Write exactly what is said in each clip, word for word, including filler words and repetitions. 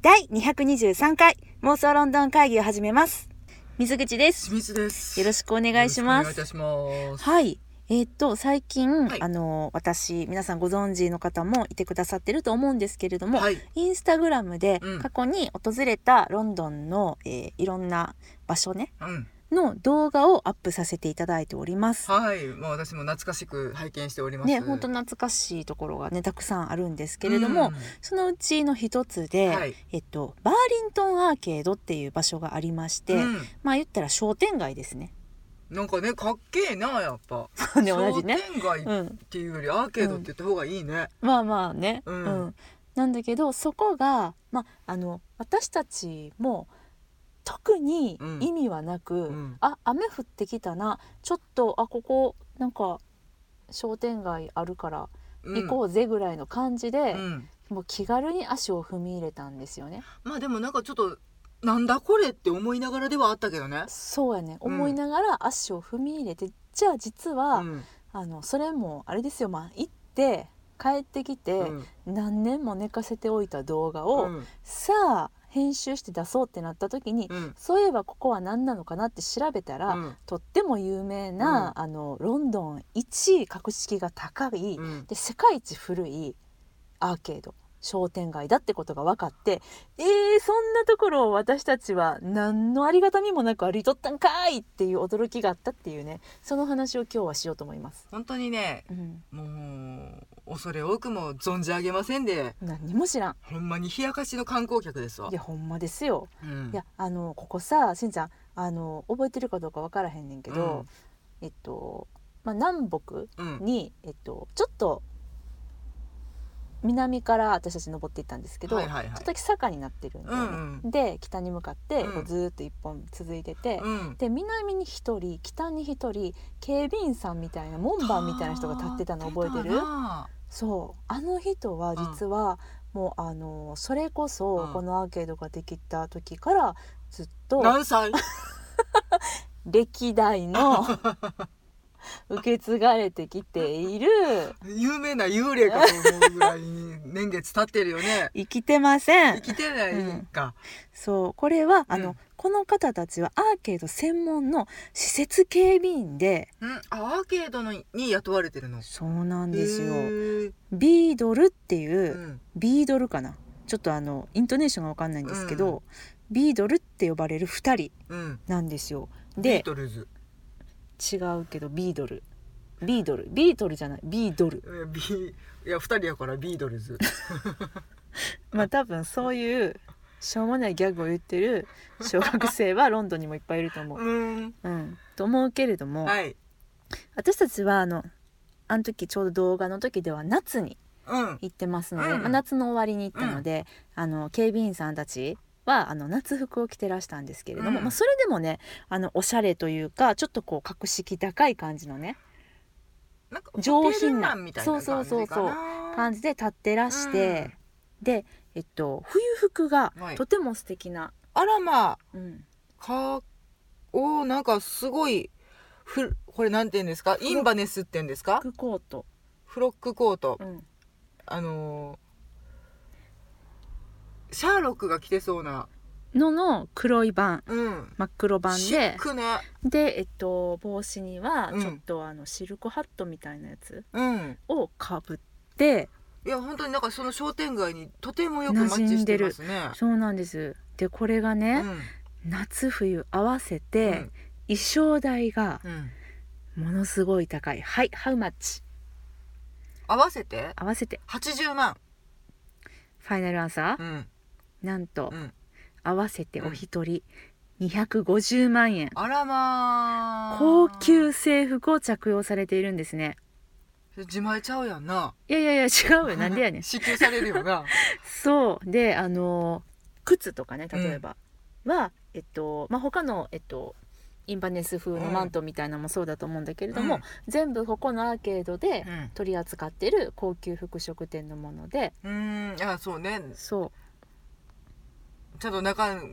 だいにひゃくにじゅうさんかい妄想ロンドン会議を始めます。水口です。 清水です。 よろしくお願いします。 よろしくお願いいたします。 はい。えー、っと最近、 はい、 あの私皆さんご存知の方もいてくださってると思うんですけれども、 はい、 インスタグラムでうん、 過去に訪れたロンドンの、えー、いろんな場所ね、 うんの動画をアップさせていただいております。 はい、まあ、私も懐かしく拝見しておりますね、本当懐かしいところがねたくさんあるんですけれども、うん、そのうちの一つで、はい、えっと、バーリントンアーケードっていう場所がありまして、うん、まあ言ったら商店街ですね。 なんかねかっけえなやっぱね、同じね、 商店街っていうよりアーケードって言った方がいいね、 うん、まあまあね、 うんうん、なんだけどそこが、まあ、あの私たちも特に意味はなく、うん、あ雨降ってきたなちょっとあここなんか商店街あるから行こうぜぐらいの感じで、うん、もう気軽に足を踏み入れたんですよね。 まあでもなんかちょっとなんだこれって思いながらではあったけどね。 そうやね、うん、思いながら足を踏み入れて、じゃあ実は、うん、あのそれもあれですよ、まあ行って帰ってきて、うん、何年も寝かせておいた動画を、うん、さあ編集して出そうってなった時に、うん、そういえばここは何なのかなって調べたら、うん、とっても有名な、うん、あのロンドン一格式が高い、うん、で世界一古いアーケード商店街だってことが分かって、えー、そんなところを私たちは何のありがたみもなく歩いとったんかいっていう驚きがあったっていうね、その話を今日はしようと思います。 本当にね、うん、もう恐れ多くも存じ上げませんで、 何にも知らん、 ほんまに冷やかしの観光客ですわ。 いやほんまですよ、 うん、 いやあのここさしんちゃんあの覚えてるかどうか分からへんねんけど、うん、えっと、まあ、南北に、うん、えっと、ちょっと南から私たち登っていったんですけど、はいはいはい、ちょっとだけ坂になってるんだよね、うんうん、で北に向かってこうずっと一本続いてて、うん、で南に一人北に一人警備員さんみたいな門番みたいな人が立ってたの覚えてる？そう、あの人は実は、うん、もうあのそれこそこのアーケードができた時からずっと、 何歳歴代の受け継がれてきている有名な幽霊かと思うぐらいに年月経ってるよね。 生きてません。 生きてないか、うん、 そうこれはあの、うん、この方たちはアーケード専門の施設警備員で、 うん、あアーケードのに雇われてるの。 そうなんですよ。ビードルっていう、うん、ビードルかな、ちょっとあのイントネーションが分かんないんですけど、うん、ビードルって呼ばれるふたりなんですよ、うん、でビートルズ違うけどビードルビードルビートルじゃないビードル、 ビーいやふたりやからビードルズまあ多分そういうしょうもないギャグを言ってる小学生はロンドンにもいっぱいいると思う、うんうん、と思うけれども、はい、私たちはあのあの時ちょうど動画の時では夏に行ってますので、うんまあ、夏の終わりに行ったので、うん、あの警備員さんたちはあの夏服を着てらしたんですけれども、うんまあ、それでもねあのおしゃれというかちょっとこう格式高い感じのねなんか上品なそうそうそうそう感じで立ってらして、うん、で、えっと、冬服がとても素敵な、はい、 あらまあ、うん、かおなんかすごいふこれなんて言うんですか、インバネスって言うんですか、 フロックコートフロックコート、 うん、 あのー、シャーロックが着てそうなのの黒い版、うん、真っ黒版でシックね、 で、えっと、帽子にはちょっと、うん、あのシルクハットみたいなやつをかぶって、 うん、いや本当になんかその商店街にとてもよくマッチしてますね。 そうなんです。でこれがね、うん、夏冬合わせて、うん、衣装代がものすごい高い、はい、How much？ 合わせて合わせてはちじゅうまん。 ファイナルアンサー、うん、なんと、うん、合わせてお一人、うん、にひゃくごじゅうまんえん。 あらまあ高級制服を着用されているんですね。 自前ちゃうやんな。 いやいやいや違うよなんでやねん支給されるよなそうであの靴とかね例えば、うん、はえっとまあ他のえっとインバネス風のマントみたいなのもそうだと思うんだけれども、うん、全部ここのアーケードで取り扱っている高級服飾店のもので、 うん、あそうね、 そうちゃんと中が、うん、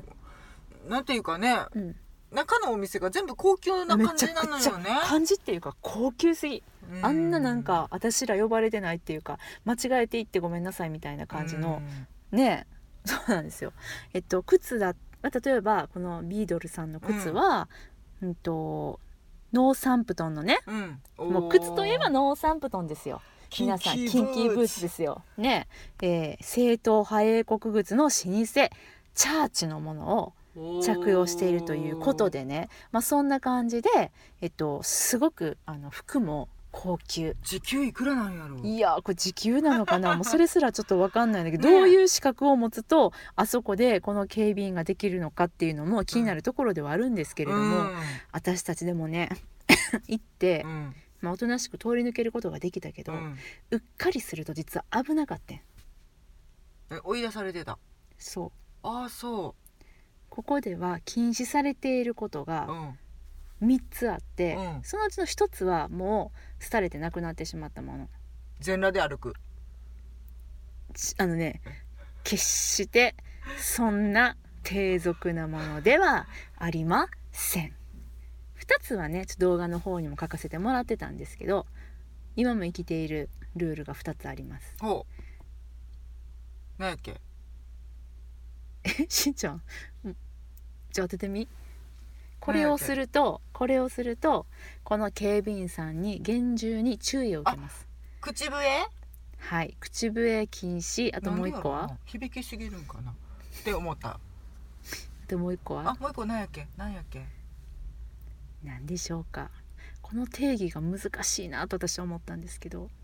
なんていうかね、うん、中のお店が全部高級な感じなのよね。 感じっていうか高級すぎ、うん、あんななんか私ら呼ばれてないっていうか間違えていってごめんなさいみたいな感じの、うん、ねそうなんですよ。えっと靴だ例えばこのビードルさんの靴は、うん、うんとノーサンプトンのね、うん、もう靴といえばノーサンプトンですよ。皆さんキンキーブーツですよね。えー、正統派英国靴の老舗チャーチのものを着用しているということでね、まあ、そんな感じで、えっと、すごくあの服も高級。 時給いくらなんやろう。 いやこれ時給なのかなもうそれすらちょっと分かんないんだけど、ね、どういう資格を持つとあそこでこの警備員ができるのかっていうのも気になるところではあるんですけれども、うん、私たちでもね行って、うんまあ、おとなしく通り抜けることができたけど、うん、うっかりすると実は危なかったん。 え追い出されてた。 そうああそう。 ここでは禁止されていることがみっつあって、うん、そのうちのひとつはもう廃れてなくなってしまったもの。 全裸で歩く。 あのね決してそんな低俗なものではありません。ふたつはねちょっと動画の方にも書かせてもらってたんですけど、今も生きているルールがふたつあります。 ほう何やっけ。 えしんちゃんじゃあ当ててみ。これをするとこれをするとこの警備員さんに厳重に注意を受けます。 口笛。 はい、口笛禁止。あともう一個は響きすぎるんかなって思った。あともう一個はあもう一個何やっけ何やっけ何でしょうか。この定義が難しいなと私は思ったんですけど。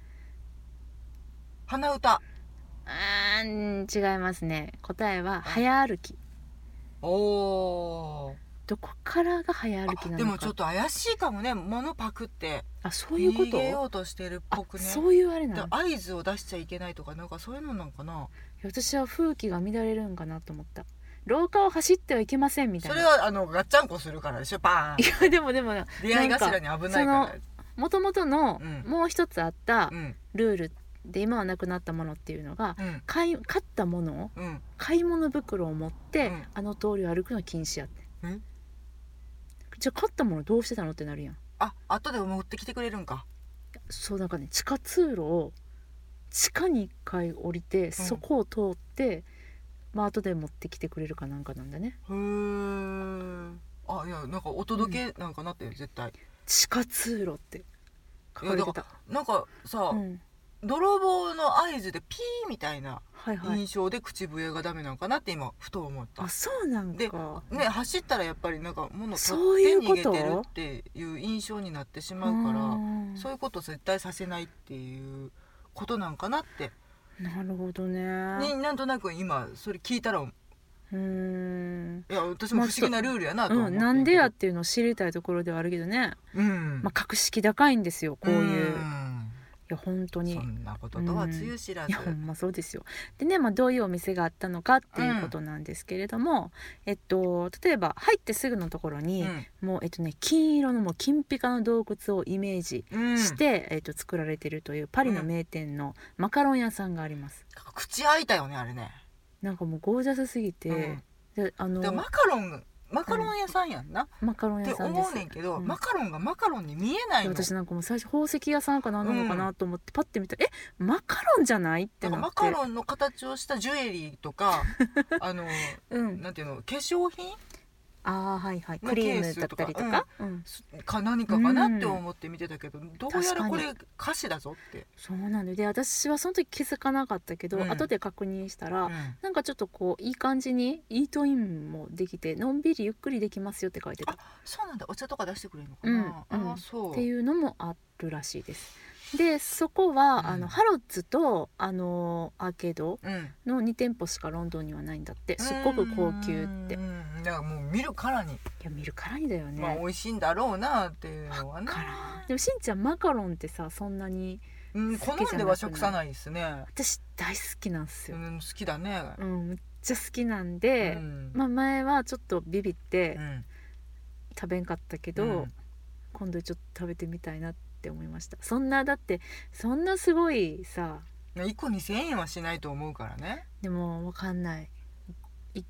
鼻歌。 あー違いますね。答えは早歩き。 おーどこからが早歩きなのか。 でもちょっと怪しいかもね。物パクってあそういうこと逃げようとしてるっぽくね。 そういうあれなの。 合図を出しちゃいけないとかなんかそういうのなんかな。 私は風紀が乱れるんかなと思った。廊下を走ってはいけませんみたいな。 それはあのガッチャンコするからでしょ。バーン。 いやでもでも出会い頭に危ないから。 もともとのもう一つあったルールで今はなくなったものっていうのが、うん、買い買ったものを、うん、買い物袋を持って、うん、あの通りを歩くのは禁止やって。んじゃあ買ったものどうしてたのってなるやん。 あ後で持ってきてくれるんか。 そうなんかね地下通路を地下にいっかい降りて、うん、そこを通ってまあ後で持ってきてくれるかなんかなんだね。 へーあいやなんかお届けなんかなってる、うん、絶対地下通路って書かれてた。 なんかさ、うん、泥棒の合図でピーみたいな印象で口笛がダメなんかなって今ふと思った。 あそうなんかで、ね、走ったらやっぱりなんか物取って逃げてるっていう印象になってしまうからそういうこと絶対させないっていうことなんかなって。 なるほどね。 になんとなく今それ聞いたらうーんいや私も不思議なルールやなと思って、 うん、なんでやっていうのを知りたいところではあるけどね、うんまあ、格式高いんですよこういう、うんいや本当にそんなこととはつゆ知らず、 うん、いやほんまそうですよ。でね、まあ、どういうお店があったのかっていうことなんですけれども、うん、えっと例えば入ってすぐのところに、うん、もうえっとね金色のもう金ピカの洞窟をイメージして、うんえっと、作られているというパリの名店のマカロン屋さんがあります。 口開いたよねあれね。 なんかもうゴージャスすぎて、うん、であのでマカロンマカロン屋さんやんな、 うん、マカロン屋さんですって思うねんけど、うん、マカロンがマカロンに見えないの。 私なんかもう最初宝石屋さんか何なのかなと思って、うん、パッて見たらえマカロンじゃないってなって。 マカロンの形をしたジュエリーとかあの、うん、なんていうの化粧品あはいはいクリームだったりとか、 うん、か何かかなって思って見てたけど、うん、どうやらこれ菓子だぞって。 そうなんで、で私はその時気づかなかったけど、うん、後で確認したら、うん、なんかちょっとこういい感じにイートインもできてのんびりゆっくりできますよって書いてた。あそうなんだ。お茶とか出してくれるのかな、うん、あそうっていうのもあるらしいです。でそこは、うん、あのハロッズとあのアーケードのに店舗しかロンドンにはないんだって、すっごく高級って。 だからもう見るからにいや見るからにだよね。 まあ美味しいんだろうなっていうのはね。 でもしんちゃんマカロンってさそんなに好きじゃなくない？うん、好んでは食さないですね。 私大好きなんですよ、 うん、好きだね、 うん、めっちゃ好きなんで、うんまあ、前はちょっとビビって食べんかったけど、うん、今度ちょっと食べてみたいなって思いました。そんなだってそんなすごいさいっこにせんえんはしないと思うからね。 でも分かんないいっ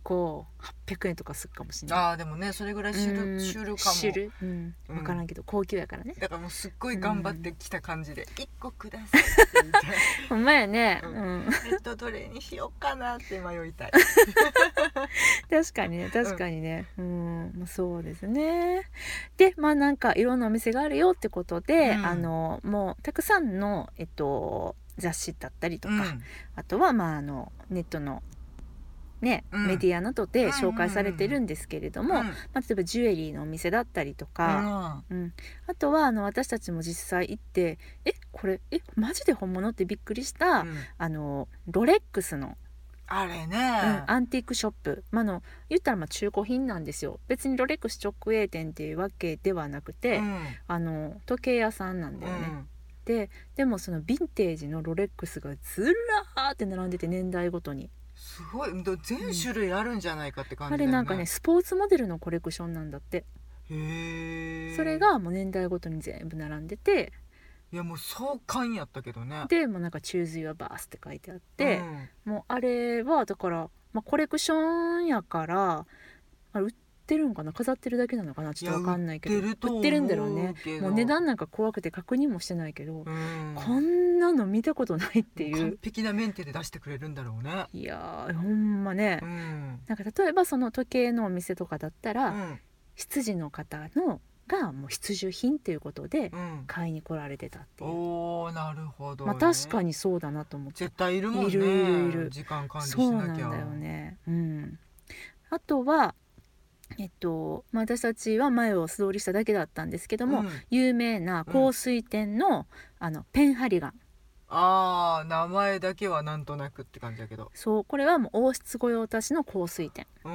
個はっぴゃくえんとかするかもしれない。 あーでもねそれぐらいシュル、シュルかも。 シュル、うん、分からんけど、うん、高級やからね。 だからもうすっごい頑張ってきた感じで、うん、いっこくださいって言いたいほんまやね、 うんうん、えっとどれにしようかなって迷いたい確かにね確かにね、うん、まあ、そうですね。でまあなんかいろんなお店があるよってことで、うん、あのもうたくさんの、えっと、雑誌だったりとか、うん、あとは、まあ、あのネットのね、うん、メディアなどで紹介されてるんですけれども、うんうんうん、まあ、例えばジュエリーのお店だったりとか、うんうん、あとはあの私たちも実際行ってえこれえマジで本物ってびっくりした、うん、あのロレックスのあれね、 うん、アンティークショップ、まあ、の言ったらまあ中古品なんですよ。別にロレックス直営店っていうわけではなくて、うん、あの時計屋さんなんだよね、うん、で, でもそのヴィンテージのロレックスがずらーって並んでて年代ごとにすごい全種類あるんじゃないかって感じだよね、 うん、あれなんかねスポーツモデルのコレクションなんだって。 へー、それがもう年代ごとに全部並んでて、 いやもう壮観やったけどね。 でもうなんか「チューズ・ユア・バース」って書いてあって、うん、もうあれはだから、まあ、コレクションやからあれ売ってるんかな飾ってるだけなのかなちょっと分かんないけど売ってる売ってるんだろうね。もう値段なんか怖くて確認もしてないけど、うん、こんなの見たことないっていう完璧なメンテで出してくれるんだろうね。 いやーほんまね、うん、なんか例えばその時計のお店とかだったら、うん、執事の方のがもう必需品っていうことで買いに来られてたっていう、うん、 おーなるほど、ね、 まあ確かにそうだなと思って。 絶対いるもんね。 いるいるいる時間管理しなきゃ。 そうなんだよね、うん、あとはえっとまあ、私たちは前を素通りしただけだったんですけども、うん、有名な香水店の、うん、あのペンハリガン。 あー名前だけはなんとなくって感じだけど、 そうこれはもう王室御用達の香水店、うん、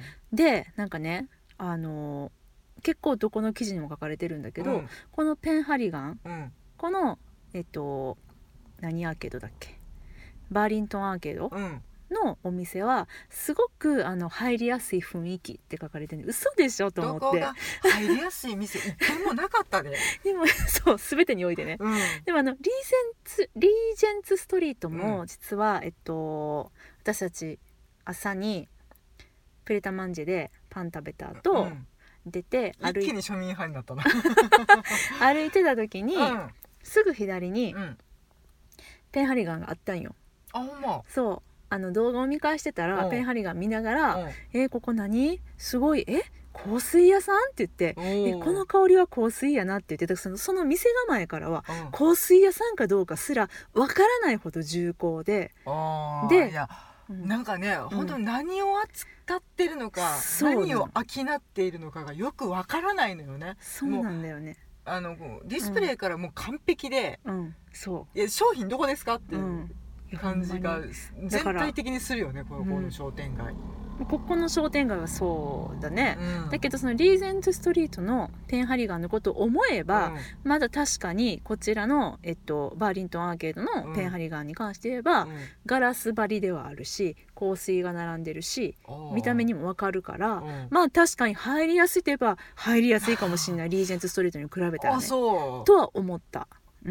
でなんかねあの結構どこの記事にも書かれてるんだけど、うん、このペンハリガン、うん、このえっと何アーケードだっけバーリントンアーケード、うんのお店はすごくあの入りやすい雰囲気って書かれてる。嘘でしょと思って。 どこが入りやすい店一軒もなかったねでもそう全てにおいてね、うん、でもあのリーゼンツリージェンツストリートも実は、うん、えっと私たち朝にプレタマンジェでパン食べた後、うん、出て歩い一気に庶民派になったな歩いてた時に、うん、すぐ左に、うん、ペンハリガンがあったんよ。 あほんま。 そうあの動画を見返してたらペンハリガン見ながら「えー、ここ何すごいえ香水屋さん?」って言って「えこの香りは香水やな」って言ってその、その店構えからは香水屋さんかどうかすらわからないほど重厚で、 でいや、うん、なんかね、うん、本当に何を扱ってるのか、うん、何を商っているのかがよくわからないのよね。 そうなんだよね。 あのディスプレイからもう完璧で、 うんうん、そういや商品どこですかっていう、うん感じが全体的にするよねこの、うん、この商店街。 ここの商店街はそうだね、うん、だけどそのリーゼントストリートのペンハリガンのことを思えば、うん、まだ確かにこちらの、えっと、バーリントンアーケードのペンハリガンに関して言えば、うん、ガラス張りではあるし香水が並んでるし見た目にもわかるから、まあ確かに入りやすいといえば入りやすいかもしれないリーゼントストリートに比べたらねとは思った、うん、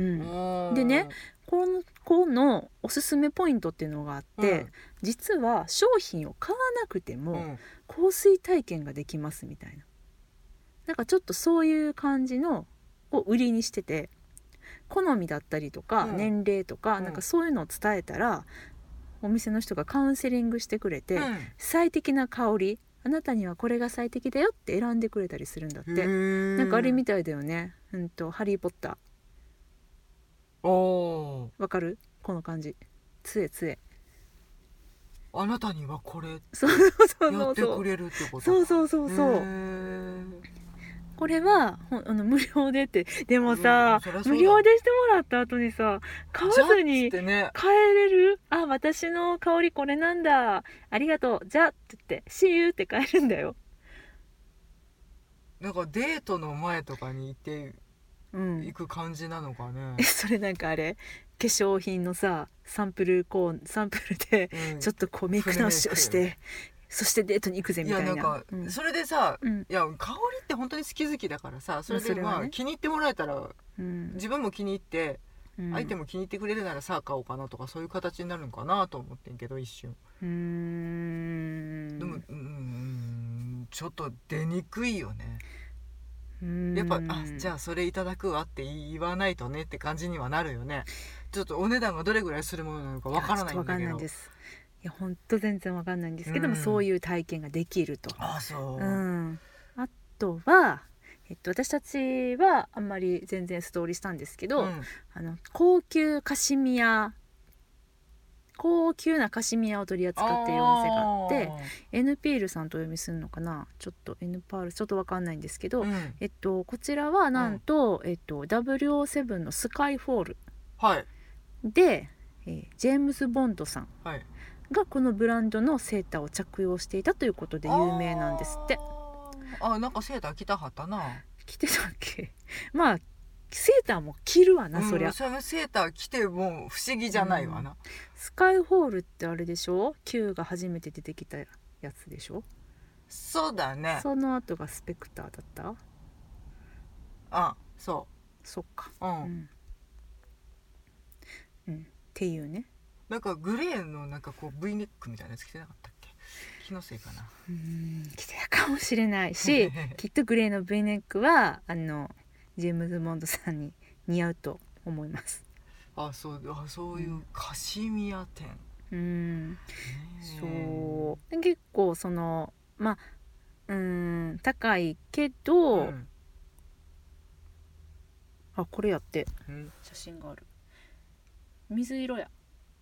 でねこのこのおすすめポイントっていうのがあって、うん、実は商品を買わなくても、うん、香水体験ができますみたいな、なんかちょっとそういう感じのを売りにしてて好みだったりとか、うん、年齢とか、うん、なんかそういうのを伝えたらお店の人がカウンセリングしてくれて、うん、最適な香りあなたにはこれが最適だよって選んでくれたりするんだって。なんかあれみたいだよね、うんとハリーポッターおわかるこの感じ杖杖あなたにはこれやってくれるってことそうそうそうそうこれはあの無料でってでもさ、うん、無料でしてもらった後にさ買わずに帰れる、ね、あ私の香りこれなんだありがとうじゃって言って See you って帰るんだよ。 なんかデートの前とかに行ってうん、行く感じなのかね。 それなんかあれ化粧品のさサンプルこうサンプルでちょっとこうメイク直しをして、うん、そしてデートに行くぜみたいな。 いやなんか、うん、それでさ、うん、いや香りって本当に好き好きだからさそれでまあ、まあね、気に入ってもらえたら、うん、自分も気に入って、うん、相手も気に入ってくれるならさあ買おうかなとかそういう形になるのかなと思ってんけど一瞬。うーんでもうーんちょっと出にくいよね。やっぱあじゃあそれいただくわって言わないとねって感じにはなるよね。ちょっとお値段がどれぐらいするものなのかわからないんだけど。 わかんないんです。いや本当全然わかんないんですけども、うん、そういう体験ができると。 あそう、 うん、あとは、えっと、私たちはあんまり全然素通りしたんですけど、うん、あの高級カシミヤ高級なカシミヤを取り扱っているお店があって、エヌピールさんとお読みするのかな、ちょっと N パールちょっと分かんないんですけど、うん、えっと、こちらはなんと、うんえっと、ダブリューオーセブン のスカイフォール、 はい、 で、えー、ジェームズ・ボンドさんがこのブランドのセーターを着用していたということで有名なんですって。 ああなんかセーター着たはったな。 着てたっけまあセーターも着るわな、うん、そりゃ。 そのセーター着ても不思議じゃないわな、うん、 スカイホールってあれでしょ、 Q が初めて出てきたやつでしょ。 そうだね。 その後がスペクターだった。 あそうそっかうん、 うんうん、っていうね。 なんかグレーのなんかこう V ネックみたいなやつ着てなかったっけ。気のせいかな。 うーん着てたかもしれないしきっとグレーの V ネックはあのジェームズ・ボンドさんに似合うと思います。 あそうあそういうカシミヤ店、 うん、そう結構そのまあうん高いけど、うん、あこれやって、うん、写真がある。水色や。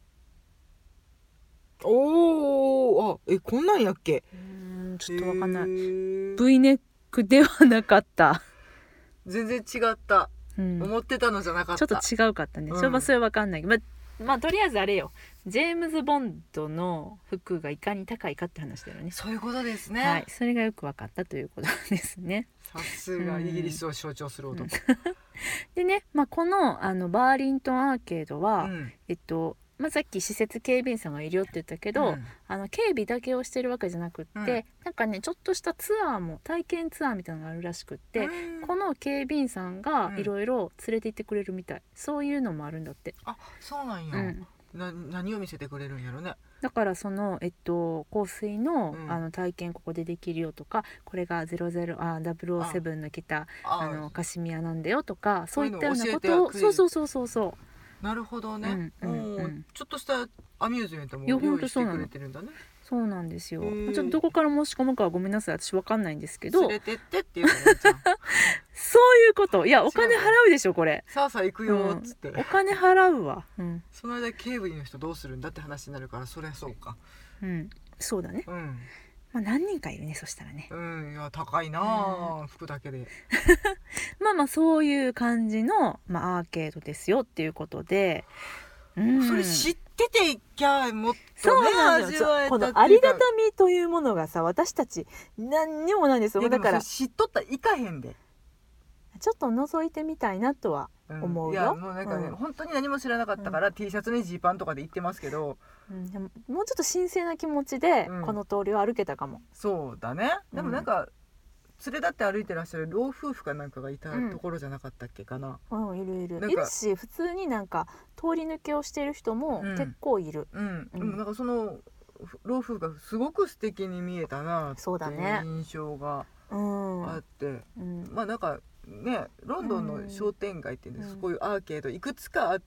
おーあえこんなんやっけ。 うんちょっとわかんない。 V ネックではなかった。 全然違った、うん、思ってたのじゃなかった。 ちょっと違うかったね、うん、それはそれわかんないけど、ままあとりあえずあれよ、ジェームズ・ボンドの服がいかに高いかって話だよね。 そういうことですね。 はい、それがよく分かったということですね。 さすがイギリスを象徴する男、うん、 でね、まあ、この、あのバーリントンアーケードは、うん、えっとまあ、さっき施設警備員さんがいるよって言ったけど、うん、あの警備だけをしてるわけじゃなくって、うん、なんかねちょっとしたツアーも体験ツアーみたいなのがあるらしくって、うん、この警備員さんがいろいろ連れて行ってくれるみたい、うん、そういうのもあるんだって。 あそうなんや、うん、な何を見せてくれるんやろね。 だからその、えっと、香水 の,、うん、あの体験ここでできるよとか、これがゼロゼロあダブルオーセブンの着たあのカシミヤなんだよとか、そういったようなことをそうそうそうそうそうなるほどね、うんうんうん、ちょっとしたアミューズメントも用意してくれてるんだね。 そうなんですよ。ちょっとどこから申し込むかはごめんなさい、私わかんないんですけど。 連れてってっていうことじゃんそういうこと。いやお金払うでしょこれ。 さあさあ行くよっつって、 うん、お金払うわ、うん、 その間警備の人どうするんだって話になるから、そりゃそうか。 うんそうだね、 うんまあ、何人かいるねそしたらね。 うんいや高いなあ、うん、服だけでまあまあそういう感じの、まあ、アーケードですよっていうことで、 うん、それ知ってていきゃもっとね味わえたっていうか、 このありがたみというものがさ私たち何にもないんですよ。だから知っとったらいかへんで、 ちょっと覗いてみたいなとは思うよ、 うん、いやもうなんかね、うん、本当に何も知らなかったから、うん、T シャツにジーパンとかで行ってますけど、 うん、でももうちょっと神聖な気持ちでこの通りを歩けたかも、うん、 そうだね。でもなんか、連れ立って歩いてらっしゃる老夫婦かなんかがいたところじゃなかったっけかな、 うん、いるいるいるし、普通になんか通り抜けをしている人も結構いる、 うんうんうん、でもなんかその老夫婦がすごく素敵に見えたなっていう印象があって、うん、まあなんかねロンドンの商店街っていうんです、うん、こういうアーケードいくつかあって、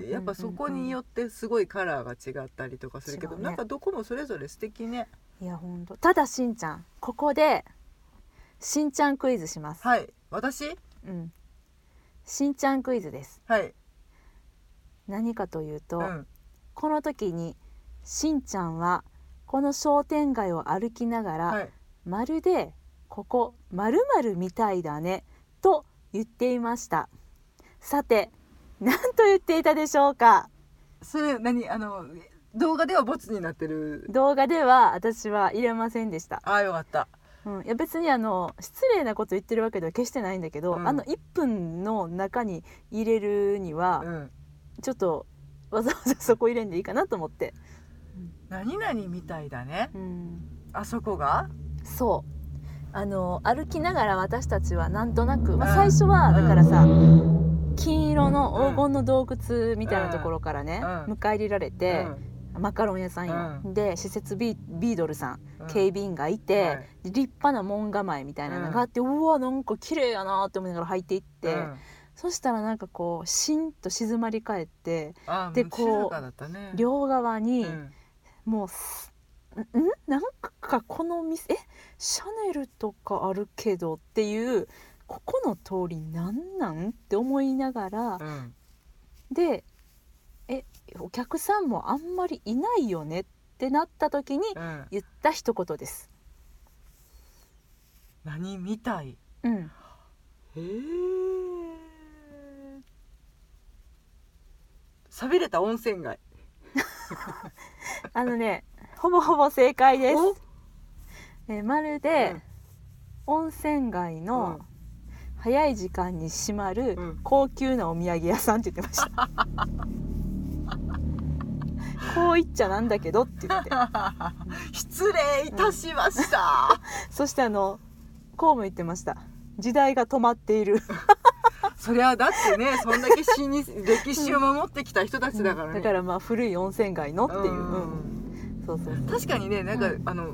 やっぱそこによってすごいカラーが違ったりとかするけど、ね、なんかどこもそれぞれ素敵ね。 いやほんと。ただしんちゃんここでしんちゃんクイズします。 はい、私？ うん。しんちゃんクイズです。 はい。 何かというと、うん、この時にしんちゃんはこの商店街を歩きながら、はい、まるでここ〇〇みたいだねと言っていました。さて何と言っていたでしょうか。 それ何あの動画ではボツになってる。 動画では私は入れませんでした。 ああよかった。 うん、いや別にあの失礼なこと言ってるわけでは決してないんだけど、うん、あのいっぷんの中に入れるには、うん、ちょっとわざわざそこ入れんでいいかなと思って、 うん、何々みたいだね、うん、あそこがそうあの歩きながら私たちはなんとなく、まあ、最初はだからさ、うん、金色の黄金の洞窟みたいなところからね、うん、迎え入れられて、うんマカロン屋さんよ、うん、で施設ビー、ビードルさん、うん、警備員がいて、はい、立派な門構えみたいなのがあって、うん、うわなんか綺麗やなって思いながら入っていって、うん、そしたらなんかこうシンと静まり返って、でこう、ね、両側に、うん、もうんなんかこの店えシャネルとかあるけどっていうここの通りなんなんって思いながら、うん、でえお客さんもあんまりいないよねってなった時に言った一言です、 うん、何みたい、 うん、へえ寂れた温泉街あのねほぼほぼ正解です。えまるで、うん、温泉街の早い時間に閉まる高級なお土産屋さんって言ってました、うん、こう言っちゃなんだけどって言って失礼いたしました、 うん、そしてあのこうも言ってました。時代が止まっているそりゃだってねそんだけ史に歴史を守ってきた人たちだからね、 うん、だからまあ古い温泉街のっていう、うん、そうそうそう確かにねなんか、うん、あの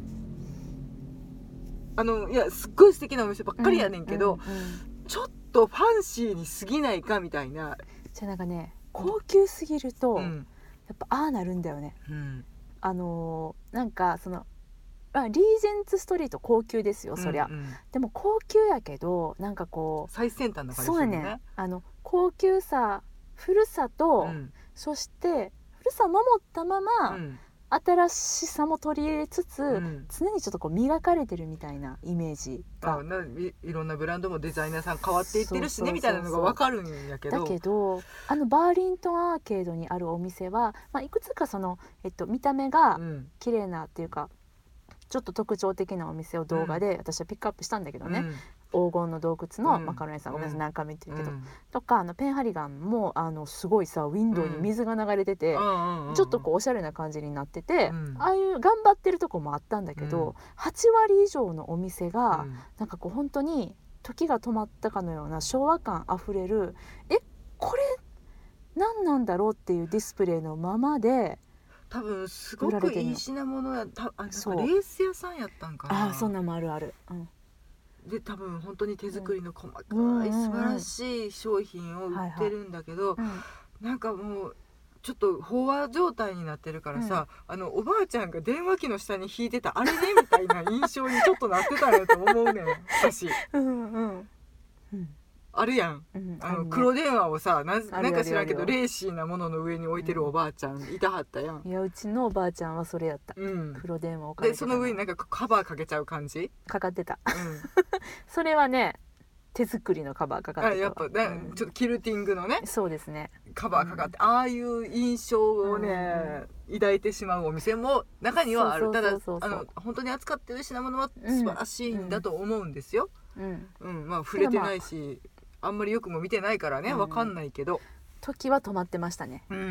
あのいやすっごい素敵なお店ばっかりやねんけど、うんうんうん、ちょっとファンシーに過ぎないかみたいな。 じゃあなんかね高級すぎると、うん、やっぱああなるんだよね、うん、あのー、なんかそのあリージェンツストリート高級ですよそりゃ、うんうん、でも高級やけどなんかこう最先端な感じそうやねあの高級さ古さと、うん、そして古さを守ったまま、うん、新しさも取り入れつつ、うん、常にちょっとこう磨かれてるみたいなイメージがあないいろんなブランドもデザイナーさん変わっていってるしねみたいなのが分かるんやけどだけどあのバーリントンアーケードにあるお店は、まあ、いくつかその、えっと、見た目が綺麗なっていうか、うんちょっと特徴的なお店を動画で私はピックアップしたんだけどね、うん、黄金の洞窟のマカロニ屋さん、うん、ごめんなさい何回も言ってるけど、うん、とかあのペンハリガンもあのすごいさウィンドウに水が流れてて、うん、ちょっとこうおしゃれな感じになってて、うん、ああいう頑張ってるとこもあったんだけど、うん、はち割以上のお店が、うん、なんかこう本当に時が止まったかのような昭和感あふれるえこれ何なんだろうっていうディスプレイのままで多分すごくいい品物やたあなんかレース屋さんやったんかなあそんなんもあるある、うん、 で多分本当に手作りの細かい素晴らしい商品を売ってるんだけど、はいはいうん、なんかもうちょっと飽和状態になってるからさ、うん、あのおばあちゃんが電話機の下に引いてたあれねみたいな印象にちょっとなってたんやと思うねん私うん、うんうんあるやん、うん、あの、ね、黒電話をさ な, なんか知らんけどレーシーなものの上に置いてるおばあちゃんいたはったやん、 うん、いやうちのおばあちゃんはそれやった、うん、黒電話をかけてたでその上になんかカバーかけちゃう感じかかってた、うん、それはね手作りのカバーかかってたあやっぱ、ねうん、ちょっとキルティングのねそうですねカバーかかって、うん、ああいう印象をね、うん、抱いてしまうお店も中にはあるただあの本当に扱ってる品物は素晴らしいんだと思うんですよ、うんうんまあ触れてないしあんまりよくも見てないからね分かんないけど、うん、 時は止まってましたね、うんうん、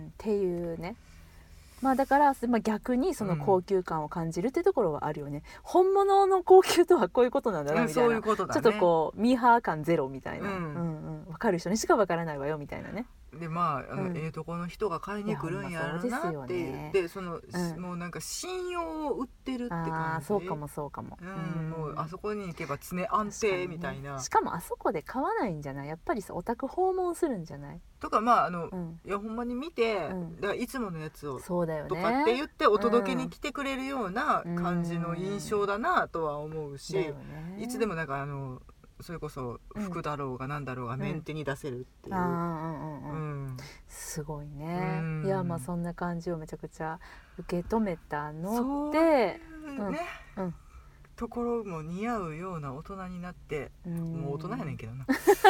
っていうねまあだから、まあ、逆にその高級感を感じるってところはあるよね、うん、本物の高級とはこういうことなんだなみたいな、うん、そういうことだね、ちょっとこうミーハー感ゼロみたいな、うんうんうん、分かる人にしか分からないわよみたいなねでまあ、あのうん、ええとこの人が買いに来るんやろうなっていう、ね、でその、うん、もうなんか信用を売ってるって感じあそうかもそうかも、 うん、もうあそこに行けば常安定みたいな、 ね、しかもあそこで買わないんじゃないやっぱりさお宅訪問するんじゃないとかまああの、うん、いやほんまに見て、うん、だからいつものやつをそうだよ、ね、とかって言ってお届けに来てくれるような感じの印象だなとは思うし、うん、いつでもなんかあのそれこそ服だろうがなんだろうがメンテに出せるっていう、うんうんうん、すごいね、うん、いやまあそんな感じをめちゃくちゃ受け止めたのでそうね、うんうん、ところも似合うような大人になってもう大人やねんけどな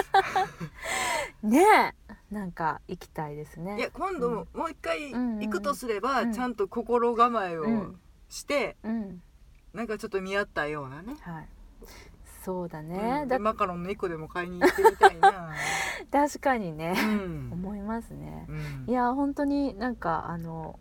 ねえなんか行きたいですねいや今度も、うん、もう一回行くとすれば、うん、ちゃんと心構えをして、うん、なんかちょっと見合ったようなね、はいそうだね、 うん、だマカロンのいっこでも買いに行ってみたいな確かにね、うん、思いますね、うん、いや本当になんかあの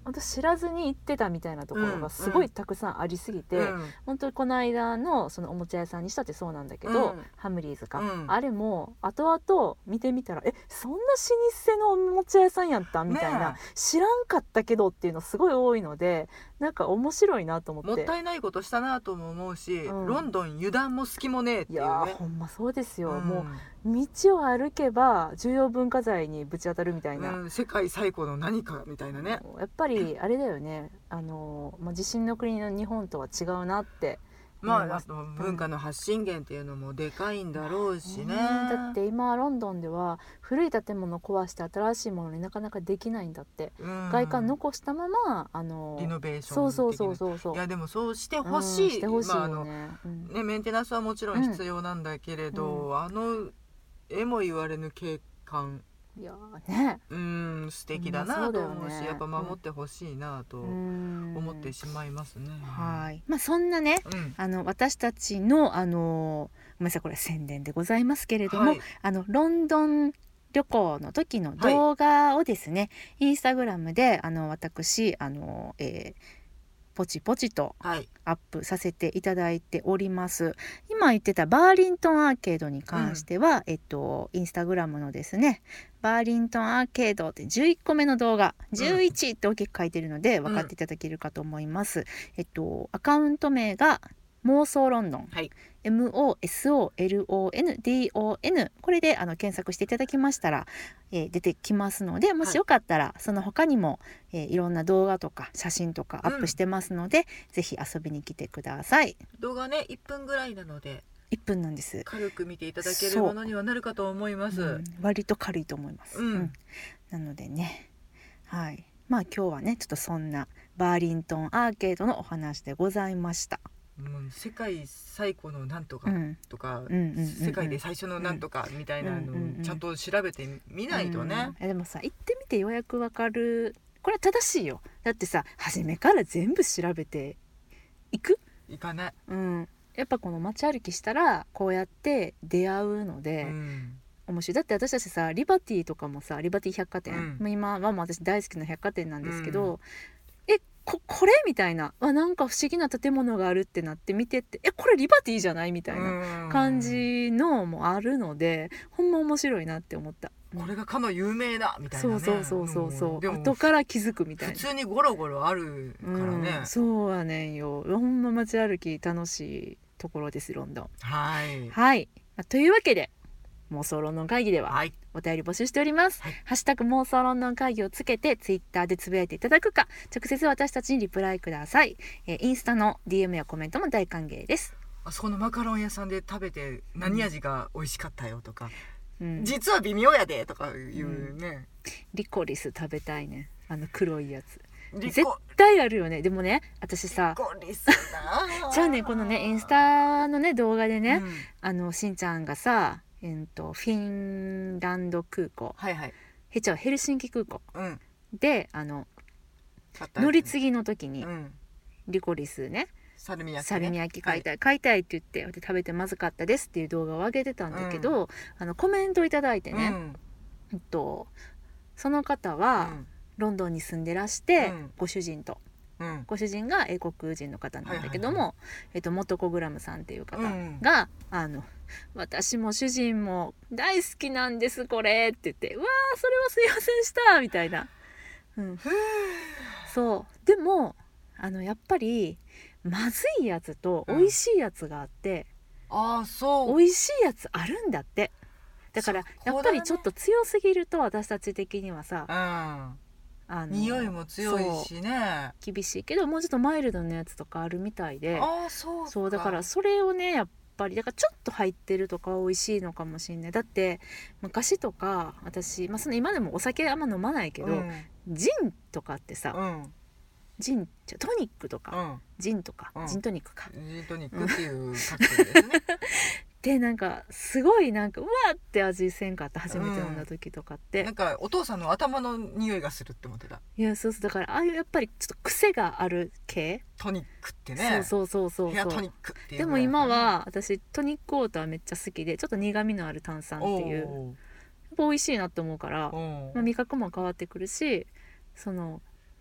私知らずに行ってたみたいなところがすごいたくさんありすぎて、うんうん、本当にこの間のそのおもちゃ屋さんにしたってそうなんだけど、うん、ハムリーズか、うん、あれも後々見てみたらえそんな老舗のおもちゃ屋さんやったみたいな、ね、知らんかったけどっていうのすごい多いのでなんか面白いなと思って。 もったいないことしたなとも思うし、うん、ロンドン油断も隙もねえっていうね。いやほんまそうですよ、うん、もう道を歩けば重要文化財にぶち当たるみたいな、 うん、世界最古の何かみたいなね。 やっぱりあれだよねあの、まあ、地震の国の日本とは違うなってまあ、あと文化の発信源っていうのもでかいんだろうしね、うん、 だって今ロンドンでは古い建物を壊して新しいものになかなかできないんだって、うん、外観残したままあのリノベーションそうそうそうそうそういやでもそうしてほしい、うん、 してほしいよね、まああのうんね、メンテナンスはもちろん必要なんだけれど、うん、あの絵も言われぬ景観いやね、 うん素敵だなと思うし、うんね、やっぱ守ってほしいなと思ってしまいますね。 はい、まあそんなね、うん、あの私たちのあのごめんなさいこれ宣伝でございますけれども、はい、あのロンドン旅行の時の動画をですね、はい、インスタグラムであの私あの、えーポチポチとアップさせていただいております、はい、今言ってたバーリントンアーケードに関しては、うん、えっとインスタグラムのですねバーリントンアーケードってじゅういっこめの動画じゅういちって大きく書いてるので分かっていただけるかと思います、うん、えっとアカウント名が妄想ロンドン、はい、エムオーエスオーエルオーエヌディーオーエヌ これであの検索していただきましたら、えー、出てきますのでもしよかったら、はい、その他にも、えー、いろんな動画とか写真とかアップしてますので、うん、ぜひ遊びに来てください。 動画ねいっぷんぐらいなのでいっぷんなんです。 軽く見ていただけるものにはなるかと思います、うん、 割と軽いと思います、うんうん、なのでねはいまあ今日はねちょっとそんなバーリントンアーケードのお話でございました。 もう世界最古のなんとかとか、うん、世界で最初のなんとかみたいなのをちゃんと調べてみないとね、 うん、でもさ行ってみてようやくわかるこれは正しいよ。だってさ初めから全部調べていく行かない、 うん、やっぱこの街歩きしたらこうやって出会うので、うん、面白い。だって私たちさリバティとかもさリバティ百貨店、うん、今はもう私大好きな百貨店なんですけど、うんえ こ, これみたいなあなんか不思議な建物があるってなって見てってえこれリバティじゃないみたいな感じのもあるのでほんま面白いなって思った。 これがかの有名だみたいなね。 そうそうそうそうそう後から気づくみたいな。 普通にゴロゴロあるからね、 うん、そうやねんよ。ほんま街歩き楽しいところですロンドン。 はい、 はい、というわけで妄想ロンドン会議ではお便り募集しております、はい、ハッシュタグ妄想ロンドン会議をつけてツイッターでつぶやいていただくか直接私たちにリプライください、えー、インスタの ディーエム やコメントも大歓迎です。 あそこのマカロン屋さんで食べて何味が美味しかったよとか、うん、実は微妙やでとかいうね、うん、 リコリス食べたいねあの黒いやつ絶対あるよね。でもね私さリコリスなじゃあねこのねインスタのね動画でね、うん、あのしんちゃんがさえー、とフィンランド空港、はいはい、へちゃうヘルシンキ空港、うん、であの乗り継ぎの時に、うん、リコリスねサルミ焼き、 ね、サルミ焼き買いたい、はい、買いたいって言って食べてまずかったですっていう動画を上げてたんだけど、うん、あのコメントいただいてね、うんえっと、その方は、うん、ロンドンに住んでらして、うん、ご主人とうん、ご主人が英国人の方なんだけども、はいはいはいえっと、モトコグラムさんっていう方が、うん、あの私も主人も大好きなんですこれって言ってうわーそれはすいませんしたみたいな、うん、そうでもあのやっぱりまずいやつと美味しいやつがあって、 うん、あそう美味しいやつあるんだってだからやっぱりちょっと強すぎると私たち的にはさ、 うんあの匂いも強いしね厳しいけどもうちょっとマイルドなやつとかあるみたいであそうそうだからそれをねやっぱりだからちょっと入ってるとか美味しいのかもしれない。だって昔とか私、まあ、その今でもお酒あんま飲まないけど、うん、ジンとかってさ、うん、ジントニックとか、うん、ジンとか、うん、ジントニックかジントニックっていうカクテルですねでなんかすごいなんかうわーって味せんかった初めて飲んだ時とかって、 うん、なんかお父さんの頭の匂いがするって思ってた。 いやそうそうだからああいうやっぱりちょっと癖がある系トニックってねそうそうそうそうヘアトニックっていう、 ね、でも今は私トニックウォーターめっちゃ好きでちょっと苦味のある炭酸っていうやっぱ美味しいなって思うから、まあ、味覚も変わってくるしその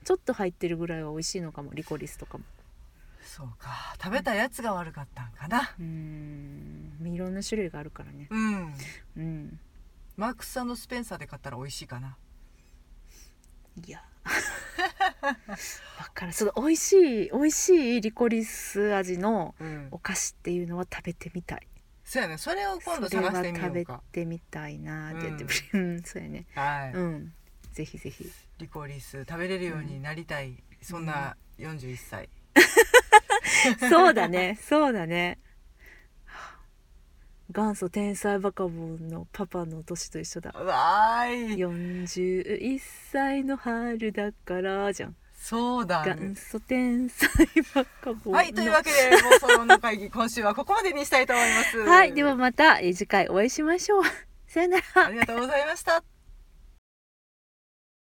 ちょっと入ってるぐらいは美味しいのかも、リコリスとかも。 そうか、食べたやつが悪かったんかな。 うーん、いろんな種類があるからね。 うん、 うん、 マークスさんのスペンサーで買ったら美味しいかな。 いやだからその美味しい美味しいリコリス味のお菓子っていうのは食べてみたい、うん、 そうやね、それを今度探してみようか。それは食べてみたいなって言って、うん、そうやね、 はい、 うん、ぜひぜひリコリス食べれるようになりたい、うん、そんなよんじゅういっさい、 うん、そうだねそうだね、元祖天才バカボンのパパの年と一緒だ。 わーい、 よんじゅういっさいの春だからじゃん。 そうだね、 元祖天才バカボンの。 はい、というわけで妄想論の会議今週はここまでにしたいと思います。 はい、ではまた次回お会いしましょう。さよなら。 ありがとうございました。